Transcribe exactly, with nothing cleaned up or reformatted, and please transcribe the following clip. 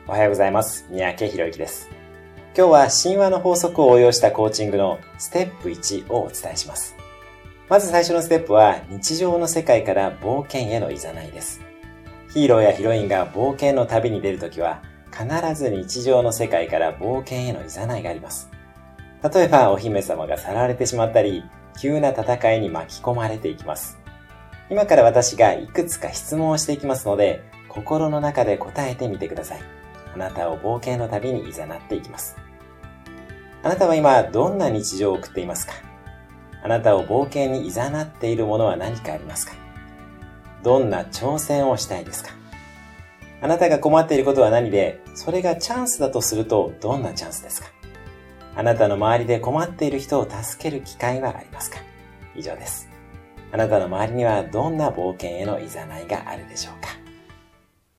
おはようございます。三宅博之です。今日は神話の法則を応用したコーチングのステップいちをお伝えします。まず最初のステップは日常の世界から冒険への誘いです。ヒーローやヒロインが冒険の旅に出るときは必ず日常の世界から冒険への誘いがあります。例えばお姫様がさらわれてしまったり、急な戦いに巻き込まれていきます。今から私がいくつか質問をしていきますので、心の中で答えてみてください。あなたを冒険の旅に誘っていきます。あなたは今どんな日常を送っていますか？あなたを冒険に誘っているものは何かありますか？どんな挑戦をしたいですか？あなたが困っていることは何で、それがチャンスだとするとどんなチャンスですか？あなたの周りで困っている人を助ける機会はありますか？以上です。あなたの周りにはどんな冒険への誘いがあるでしょうか？